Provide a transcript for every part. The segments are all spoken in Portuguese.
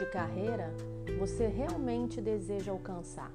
carreira você realmente deseja alcançar?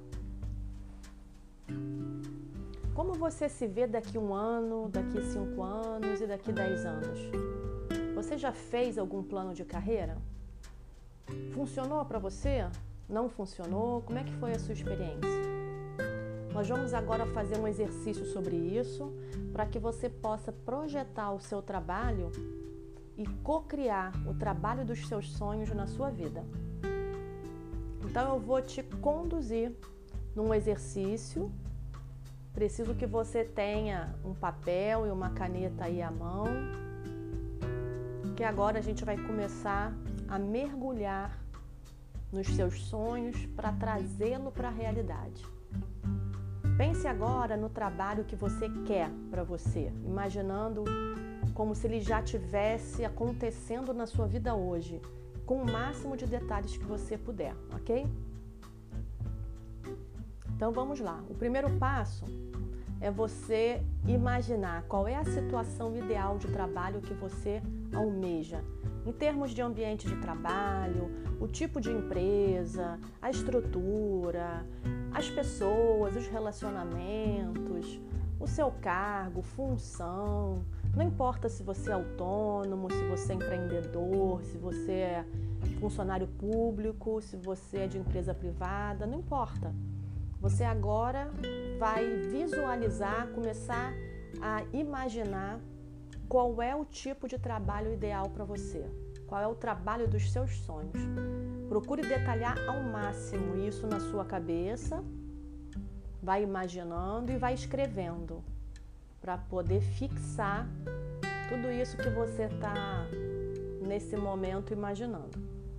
Como você se vê daqui 1 ano, daqui 5 anos e daqui 10 anos? Você já fez algum plano de carreira? Funcionou para você? Não funcionou? Como é que foi a sua experiência? Nós vamos agora fazer um exercício sobre isso para que você possa projetar o seu trabalho e co-criar o trabalho dos seus sonhos na sua vida. Então eu vou te conduzir num exercício. Preciso que você tenha um papel e uma caneta aí à mão, que agora a gente vai começar a mergulhar nos seus sonhos para trazê-lo para a realidade. Pense agora no trabalho que você quer para você, imaginando como se ele já estivesse acontecendo na sua vida hoje, com o máximo de detalhes que você puder, ok? Então vamos lá. O primeiro passo é você imaginar qual é a situação ideal de trabalho que você almeja, em termos de ambiente de trabalho, o tipo de empresa, a estrutura, as pessoas, os relacionamentos, o seu cargo, função. Não importa se você é autônomo, se você é empreendedor, se você é funcionário público, se você é de empresa privada, não importa. Você agora vai visualizar, começar a imaginar qual é o tipo de trabalho ideal para você, qual é o trabalho dos seus sonhos. Procure detalhar ao máximo isso na sua cabeça, vai imaginando e vai escrevendo para poder fixar tudo isso que você está nesse momento imaginando.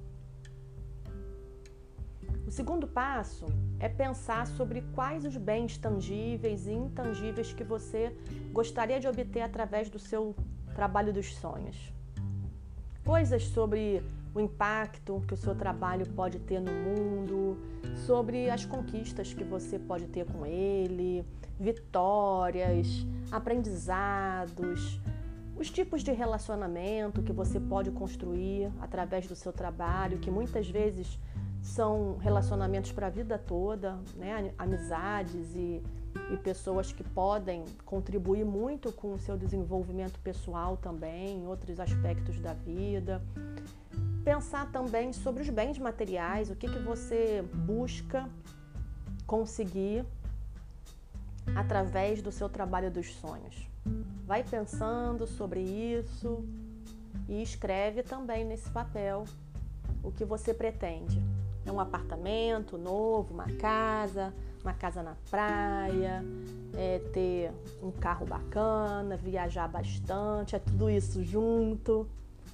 O segundo passo é pensar sobre quais os bens tangíveis e intangíveis que você gostaria de obter através do seu trabalho dos sonhos. Coisas sobre o impacto que o seu trabalho pode ter no mundo, sobre as conquistas que você pode ter com ele, vitórias, aprendizados, os tipos de relacionamento que você pode construir através do seu trabalho, que muitas vezes são relacionamentos para a vida toda, né? Amizades e pessoas que podem contribuir muito com o seu desenvolvimento pessoal também, em outros aspectos da vida. Pensar também sobre os bens materiais, o que você busca conseguir através do seu trabalho dos sonhos. Vai pensando sobre isso e escreve também nesse papel o que você pretende. É um apartamento novo, uma casa na praia, é ter um carro bacana, viajar bastante, é tudo isso junto.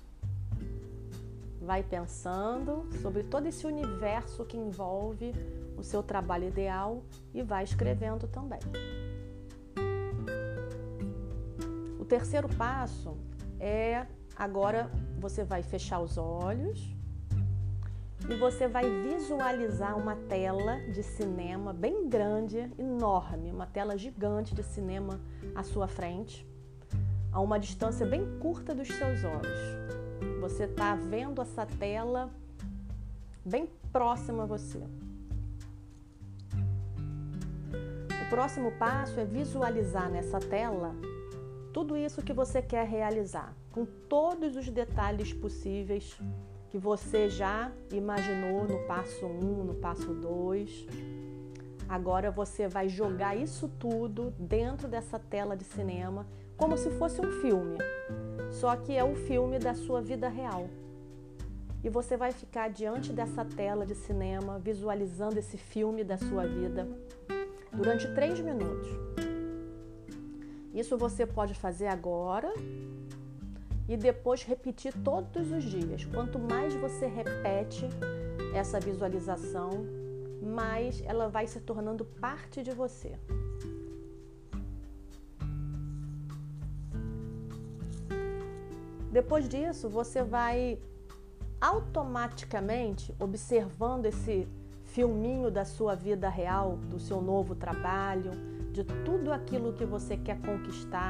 Vai pensando sobre todo esse universo que envolve o seu trabalho ideal e vai escrevendo também. O terceiro passo é, agora você vai fechar os olhos e você vai visualizar uma tela de cinema bem grande, enorme, uma tela gigante de cinema à sua frente, a uma distância bem curta dos seus olhos. Você está vendo essa tela bem próxima a você. O próximo passo é visualizar nessa tela tudo isso que você quer realizar, com todos os detalhes possíveis que você já imaginou no passo 1, no passo 2. Agora você vai jogar isso tudo dentro dessa tela de cinema, como se fosse um filme, só que é o filme da sua vida real. E você vai ficar diante dessa tela de cinema, visualizando esse filme da sua vida durante 3 minutos. Isso você pode fazer agora e depois repetir todos os dias. Quanto mais você repete essa visualização, mais ela vai se tornando parte de você. Depois disso, você vai automaticamente, observando esse filminho da sua vida real, do seu novo trabalho, de tudo aquilo que você quer conquistar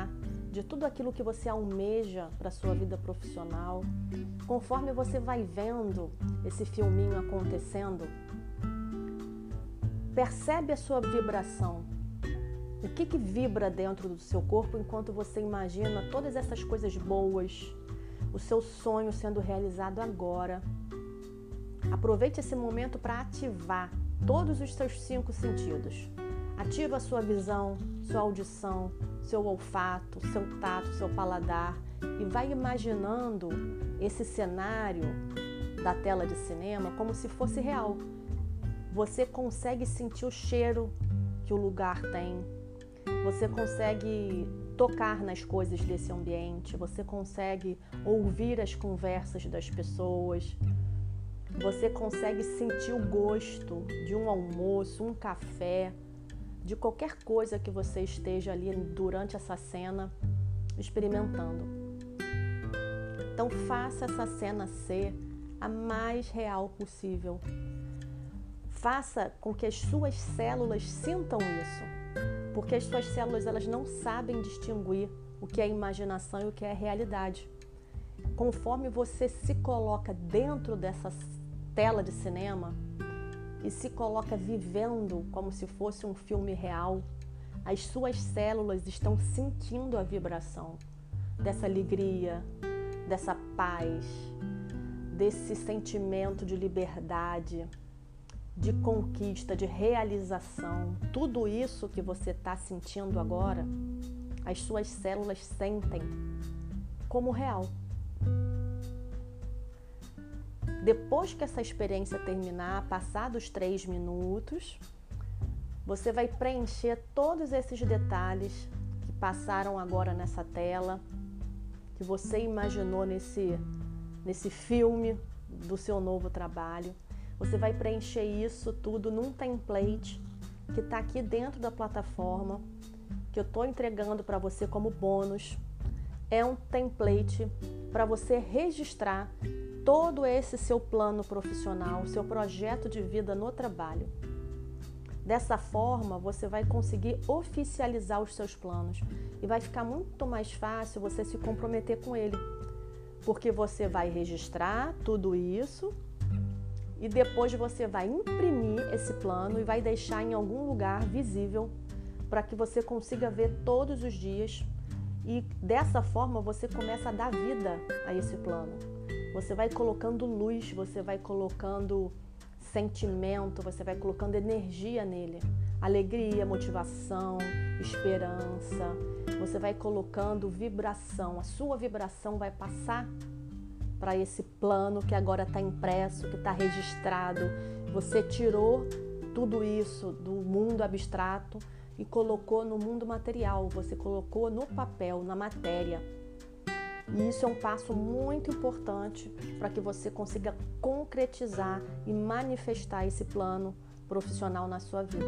de tudo aquilo que você almeja para a sua vida profissional, conforme você vai vendo esse filminho acontecendo, percebe a sua vibração. O que vibra dentro do seu corpo enquanto você imagina todas essas coisas boas, o seu sonho sendo realizado agora. Aproveite esse momento para ativar todos os seus 5 sentidos. Ativa a sua visão, sua audição, seu olfato, seu tato, seu paladar e vai imaginando esse cenário da tela de cinema como se fosse real. Você consegue sentir o cheiro que o lugar tem, você consegue tocar nas coisas desse ambiente, você consegue ouvir as conversas das pessoas, você consegue sentir o gosto de um almoço, um café, de qualquer coisa que você esteja ali durante essa cena experimentando. Então faça essa cena ser a mais real possível. Faça com que as suas células sintam isso, porque as suas células elas não sabem distinguir o que é imaginação e o que é realidade. Conforme você se coloca dentro dessa tela de cinema e se coloca vivendo como se fosse um filme real, as suas células estão sentindo a vibração dessa alegria, dessa paz, desse sentimento de liberdade, de conquista, de realização. Tudo isso que você está sentindo agora, as suas células sentem como real. Depois que essa experiência terminar, passados 3 minutos, você vai preencher todos esses detalhes que passaram agora nessa tela, que você imaginou nesse filme do seu novo trabalho. Você vai preencher isso tudo num template que está aqui dentro da plataforma, que eu estou entregando para você como bônus. É um template para você registrar todo esse seu plano profissional, seu projeto de vida no trabalho. Dessa forma, você vai conseguir oficializar os seus planos e vai ficar muito mais fácil você se comprometer com ele, porque você vai registrar tudo isso e depois você vai imprimir esse plano e vai deixar em algum lugar visível para que você consiga ver todos os dias e dessa forma você começa a dar vida a esse plano. Você vai colocando luz, você vai colocando sentimento, você vai colocando energia nele, alegria, motivação, esperança, você vai colocando vibração, a sua vibração vai passar para esse plano que agora está impresso, que está registrado. Você tirou tudo isso do mundo abstrato e colocou no mundo material, você colocou no papel, na matéria. E isso é um passo muito importante para que você consiga concretizar e manifestar esse plano profissional na sua vida.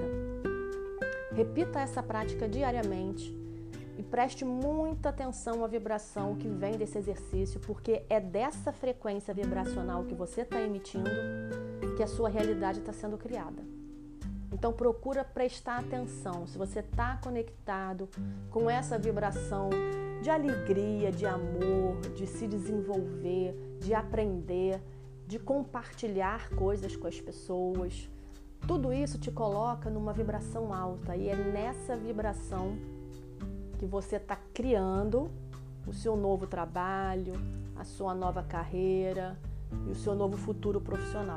Repita essa prática diariamente e preste muita atenção à vibração que vem desse exercício, porque é dessa frequência vibracional que você está emitindo que a sua realidade está sendo criada. Então procura prestar atenção se você está conectado com essa vibração de alegria, de amor, de se desenvolver, de aprender, de compartilhar coisas com as pessoas. Tudo isso te coloca numa vibração alta e é nessa vibração que você está criando o seu novo trabalho, a sua nova carreira e o seu novo futuro profissional.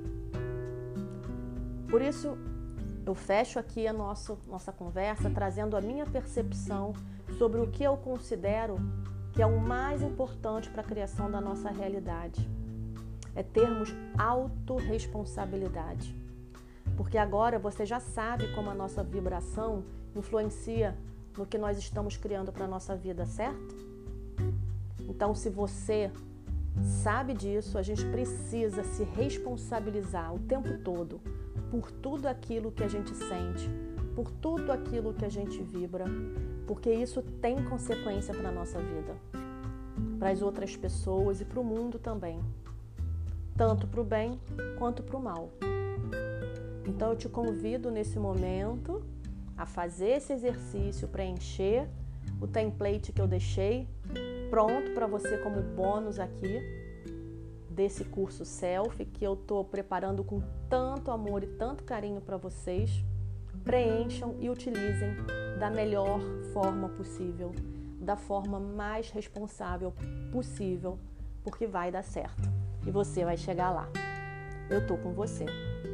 Por isso, eu fecho aqui a nossa conversa trazendo a minha percepção sobre o que eu considero que é o mais importante para a criação da nossa realidade. É termos autorresponsabilidade. Porque agora você já sabe como a nossa vibração influencia no que nós estamos criando para a nossa vida, certo? Então, se você sabe disso, a gente precisa se responsabilizar o tempo todo por tudo aquilo que a gente sente, por tudo aquilo que a gente vibra, porque isso tem consequência para a nossa vida, para as outras pessoas e para o mundo também, tanto para o bem quanto para o mal. Então eu te convido nesse momento a fazer esse exercício, preencher o template que eu deixei pronto para você como bônus aqui desse curso Self, que eu estou preparando com tanto amor e tanto carinho para vocês. Preencham e utilizem da melhor forma possível, da forma mais responsável possível, porque vai dar certo e você vai chegar lá. Eu tô com você.